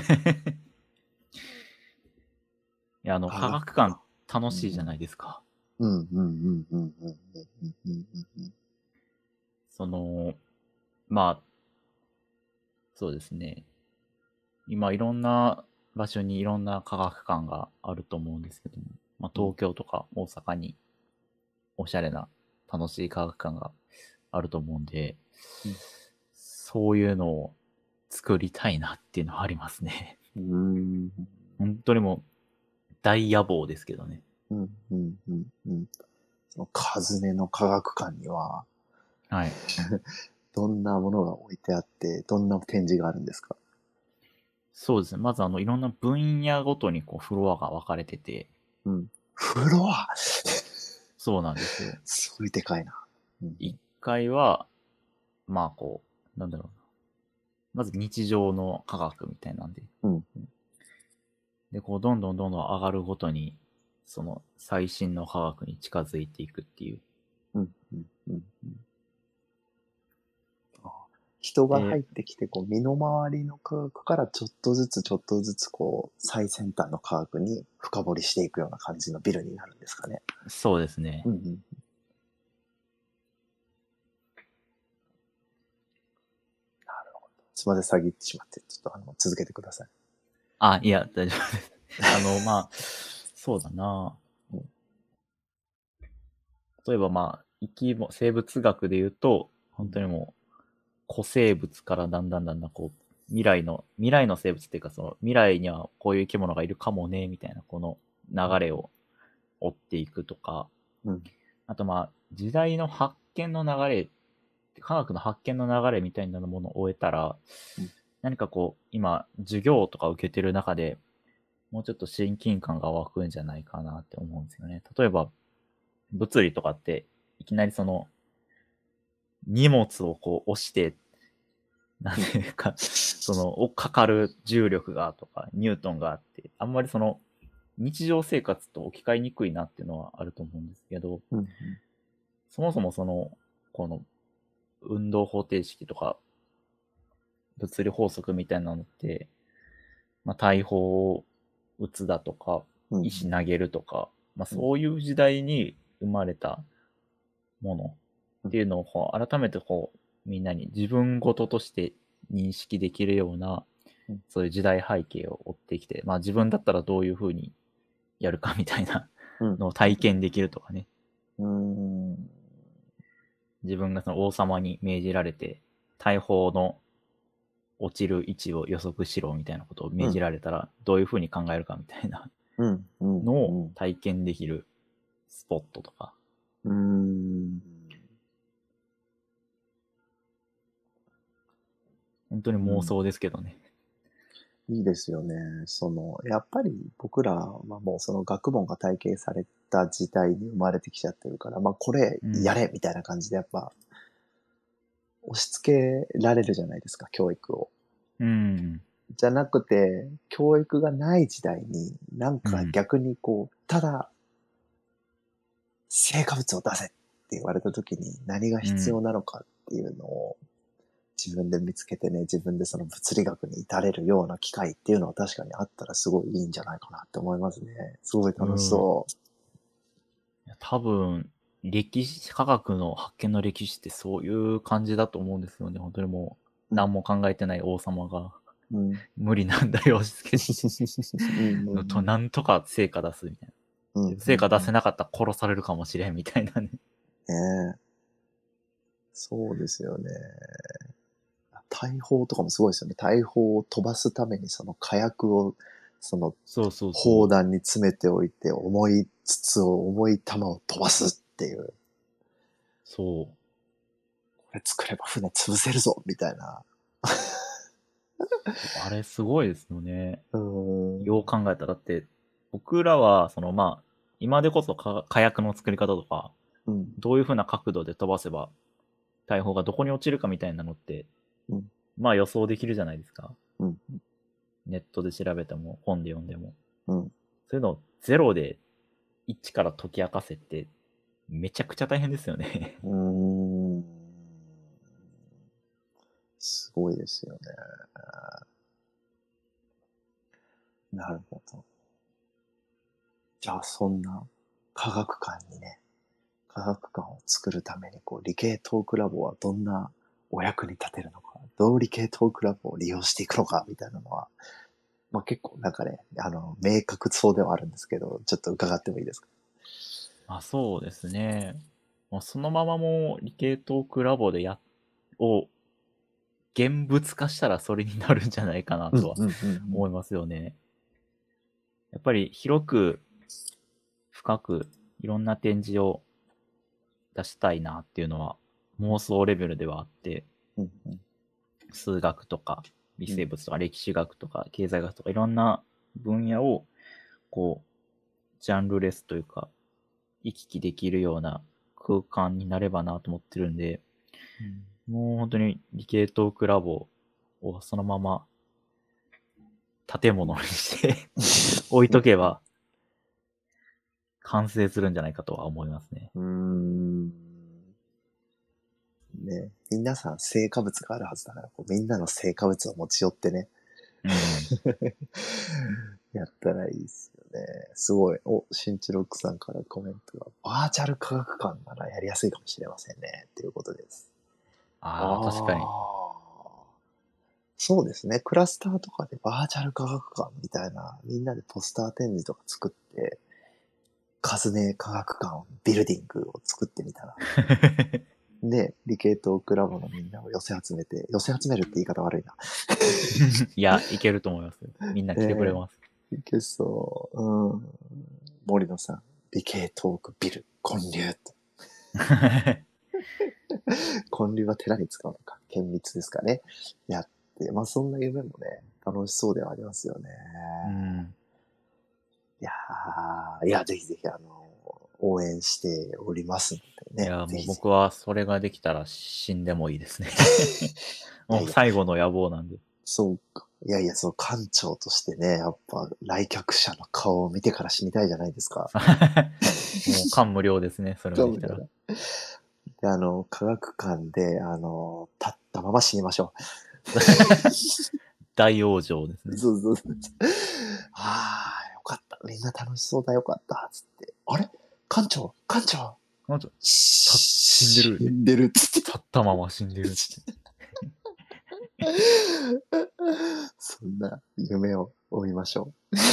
いや、あの、 科科学館学か。う楽しいじゃなん。 いですか。 うん、うん、うん、うん、うん、うん、うん、うん、うん。 その、まあ、そうですね。今いろんな場所にいろんな科学館があると思うんですけども、まあ、 うん、 東京とか大阪におしゃれな楽しい科学館があると思うんで、 うん、 そういうのを作りたいなっていうのはありますね。 うーん、 本当にもう大野望ですけどね。 うん、うん、うん、うん。その、カズネの科学館には、 はい。 どんなものが置いてあって、どんな展示があるんですか？ そうですね。まずあのいろんな分野ごとにこうフロアが分かれてて、 うん。フロアそうなんですよ。 すごいでかいな。うん、 いっかいは、まあこう、なんだろうな。まず日常の科学みたいなんで。 うん、 で、こうどんどんどんどん上がるごとに、その最新の科学に近づいていくっていう。 うん、うん、うん。あ、人が入で、 ってきて、こう、身の回りの科学からちょっとずつちょっとずつ、こう、最先端の科学に深掘りしていくような感じのビルになるんですかね。 そうですね。 うん、うん。すみません、詐欺ってしまって、ちょっとあの、続けてください。 あ、いや、大丈夫です。あの、まあ、そうだな。 うん、 例えばまあ、生き物、生物学で言うと、本当にもう、古生物からだんだんだんだんこう、未来の、未来の生物っていうか、その、未来にはこういう生き物がいるかもね、みたいな、この流れを追っていくとか、 うん、 あとまあ、時代の発見の流れ、科学の発見の流れみたいなものを終えたら、 うん、 何かこう、今、授業とか受けてる中で、もうちょっと親近感が湧くんじゃないかなって思うんですよね。例えば、物理とかって、いきなりその、荷物をこう押して、なんていうか、その、をかかる重力がとか、ニュートンがあって、あんまりその、日常生活と置き換えにくいなっていうのはあると思うんですけど、 うん、 そもそもその、この、運動方程式とか、物理法則みたいなのって、まあ、大砲を撃つだとか、 うん、うん、 石投げるとか、まあ、 うん、 そういう時代に生まれたものうん、 っていうのをこう改めてこうみんなに自分事として認識できるようなうん、 そういう時代背景を追ってきて、まあ自分だったらどういうふうにやるかみたいなうん、 のを体験できるとかね。 うん、うん、 自分がその王様に命じられて大砲の落ちる位置を予測しろみたいなことを命じられたらどういうふうに考えるかみたいなうん、うん、 のをうん、 体験できるスポットとか。 うん、 本当に妄想ですけどね。 いいですよね。その、やっぱり僕らはもうその学問が体系された時代に生まれてきちゃってるから、まあこれうん。 やれみたいな感じでやっぱ押し付けられるじゃないですか、教育を。 うん。 じゃなくて、教育がない時代に、なんうん。 か逆にこう、ただ成果物を出せって言われた時に何が必うん。 要なのかっていうのを自分で見つけてね、自分でその物理学に至れるような機会っていうのは確かにあったらすごいいいんじゃないかなって思いますね。すごい楽しうん。 そ多分、歴史、科学の発見の歴史ってそういう感じだと思うんですよね。本当にもう、 う。うん。 何も考えてない王様が、 うん。 無理なんだよ、押し付けて、 うんうのと、 んなんとか成果出すみたいうん。うな。 んうんうん。 成果出せなかったら殺されるかもしれんみたいなね。 ねえ。そうですよね。大砲とかもすごいですよね。大砲を飛ばすためにその火薬を、そのそうそうそう。 砲弾に詰めておいて、重い筒を、重い弾を飛ばすっていう。 そう。 これ作れば船潰せるぞみたいな。 そうあれすごいですよね。 うーん。 よう考えたら。だって、僕らは、そのまあ、今でこそか火薬の作り方とか、 うん。 どういう風な角度で飛ばせば、大砲がどこに落ちるかみたいなのって、 うん。 まあ予想できるじゃないですか。 うん。 ネットで調べても、本で読んでも。 うん。 そういうのをゼロで一から解き明かせって、めちゃくちゃ大変ですよね。 うーん。すごいですよね。なるほど。じゃあそんな科学館にね、科学館を作るために、こう、理系トークラボはどんなお役に立てるのか、どう理系トークラボを利用していくのか、みたいなのは、まあ結構なんかね、あの、明確そうではあるんですけど、ちょっと伺ってもいいですか？ まあそうですね。もうそのままもう理系トークラボでや、を現物化したらそれになるんじゃないかなとはうんうんうんうん。 思いますよね。やっぱり広く深くいろんな展示を出したいなっていうのは妄想レベルではあって、 うんうん数学とか微うん生物とか歴史学とか経済学とかいろんな分野をこうジャンルレスというか行き来できるような空間になればなと思ってるんで、もう本当に理系トークラボをそのまま建物にして置いとけば完成するんじゃないかとは思いますね。 うーん。ね、皆さん成果物があるはずだから、こうみんなの成果物を持ち寄ってね、 うん。 やったらいいですよね。すごい。お、新一郎さんからコメントが、バーチャル科学館ならやりやすいかもしれませんね。っていうことです。 ああ、確かに。 ああ。そうですね。クラスターとかでバーチャル科学館みたいな、みんなでポスター展示とか作って、カズネ科学館ビルディングを作ってみたら、で、理系トークラボのみんなを寄せ集めて、寄せ集めるって言い方悪いな。 いや、いけると思います。みんな来てくれえます。 えいけそう。うん。森野さん、理系トークビル、建立って。建立は寺に使うのか。厳密ですかね。やって、まあそんな夢もね、楽しそうではありますよね。 うん。 いやー、いや、ぜひぜひ、あの、応援しておりますのでね。 いや、もうぜひぜ僕はそれができたら死んでもいいですね。 ひ。いやもういや、 最後の野望なんで。 そうか。いやいや、その館長としてね、やっぱ来客者の顔を見てから死にたいじゃないですか。 もう感無量ですね、それができたら。 かもだな。で、あの、科学館で、あの、立ったまま死にましょ大往生ですう。 ね。 そうそうそう。ああ、よかった。みんな楽しそうだ、よかった。つって。あれ館長館長なんと、た、死んで死る。 んでるっつって。 立ったまま死んでるって。 そんな夢を追いましょ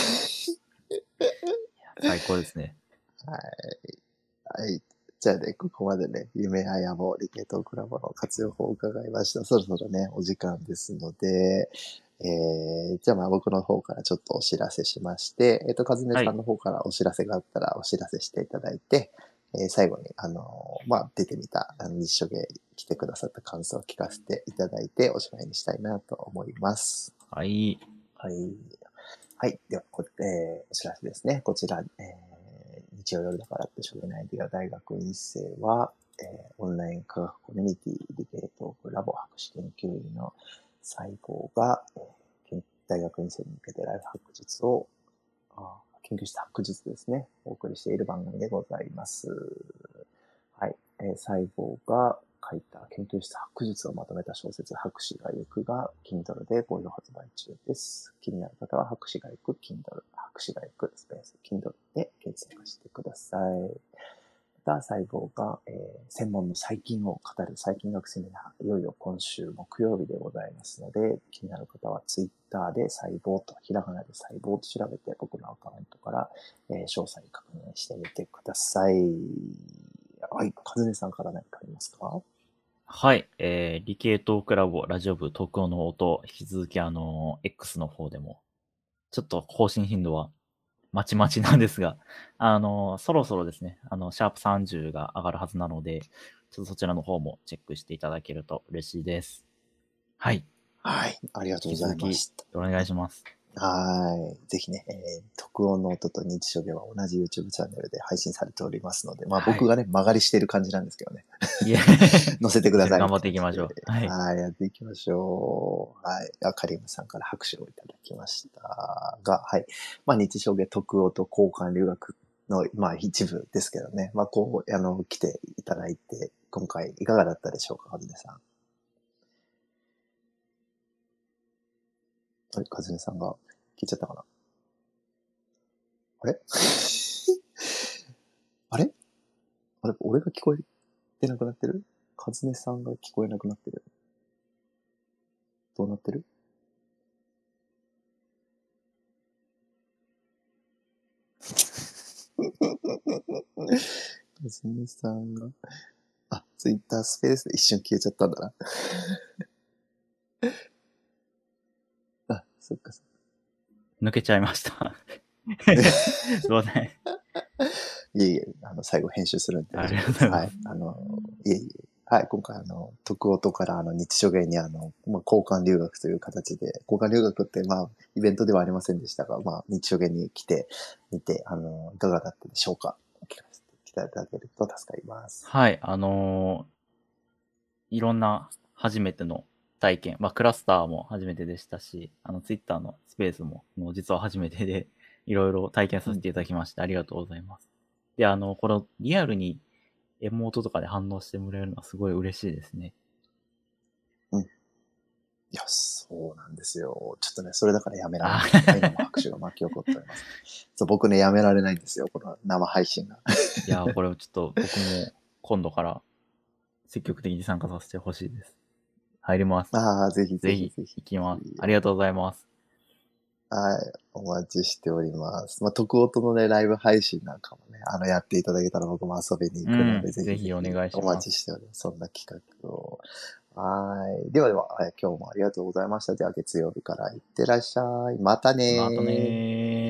最高ですね。 う。はい。はい。じゃあね、ここまでね、夢や野望、理系トークラボの活用法を伺いました。そろそろね、お時間ですので、えー、じゃあまあ僕の方からちょっとお知らせしまして、えっ、と、かずねはい。 さんの方からお知らせがあったらお知らせしていただいて、えー最後に、あのーまあ、出てみた、あの、日書芸来てくださった感想を聞かせていただいて、おしまいにしたいなと思います。 はい。 はい。はい。では、こえーお知らせですね。こちら、えー日曜夜だからってしょげないアイデア大学院生は、えーオンライン科学コミュニティ理系トークラボ博士研究員の細胞が、えー研大学院生に向けてライフ学術を、あ研究した学術ですね、お送りしている番組でございます。はい。えー細胞が書いた研究した学術をまとめた小説、博士が行くが、Kindle で好評発売中です。気になる方は、博士が行く Kindle、博士が行くスペース Kindle で検索してください。また、細胞が、えー専門の細菌を語る細菌学セミナー、いよいよ今週木曜日でございますので、気になる方は Twitter で細胞と、ひらがなで細胞と調べて、僕のアカウントから、えー詳細確認してみてください。はい、かずねさんから何かありますか？ はい。えー、理系トークラボ、ラジオ部、東京の音、引き続きあの、X の方でも、ちょっと更新頻度はまちまちなんですが、あの、そろそろですね、あの、シャープさんじゅうが上がるはずなので、ちょっとそちらの方もチェックしていただけると嬉しいです。はい。 はい、ありがとうござ引き続き、 いました。 お願いします。 はい。ぜひね、えー、特音の音と認知症では同じ YouTube チャンネルで配信されておりますので、まあはい。 僕がね、曲がりしている感じなんですけどね。 いえ、 載せてくださいっ頑張ってて感じで。 いきましょう。はい。 はい、やっていきましょう。はい。あ、カリムさんから拍手をいただきましたが、はい。まあ日症で特音と交換留学の、まあ一部ですけどね。まあこう、あの、来ていただいて、今回いかがだったでしょうか、はずねさん。あれ、かずねさんが聞いちゃったかな？あれあれ、俺が聞こえてなくなってる？カズネさんが聞こえなくなってる？どうなってる？カズネさんが、あ、ツイッタースペースで一瞬消えちゃったんだな。あ、そっかそっか。 抜けちゃいました。すいません。 いえいえ、あの、最後編集するんであ大丈夫です。 りがとうございます。 はい。あの、いえいえ。はい、今回あの、徳音からあの、日書芸にあの、まあ、交換留学という形で、交換留学ってまあ、イベントではありませんでしたが、まあ、日書芸に来てみて、あの、いかがだったでしょうか？聞かせていただけると助かります。 はい、あのーいろんな初めての体験、まあ、クラスターも初めてでしたし、あの、ツイッターのスペースも、もう実は初めてで、いろいろ体験させていただきまして、ありがとうございます。で、あの、このリアルにエモートとかで反応してもらえるのはすごい嬉しいですね。 うん。いや、そうなんですよ。ちょっとね、それだからやめられあない。今も拍手が巻き起こっております。そう、僕ね、やめられないんですよ。この生配信が。 いやー、これをちょっと僕も今度から積極的に参加させてほしいです。入ります。 ああ、ぜひぜぜひひぜひ。 行きます。ありがとうございます。 はい。お待ちしております。まあ、徳音のね、ライブ配信なんかもね、あの、やっていただけたら僕も遊びに行くので、 うん、 ぜひぜひぜひお願いしおます。 待ちしております。そんな企画を。はい。ではでは、はい今日もありがとうございました。では、月曜日からいってらっしゃい。またねまたねー。 ー。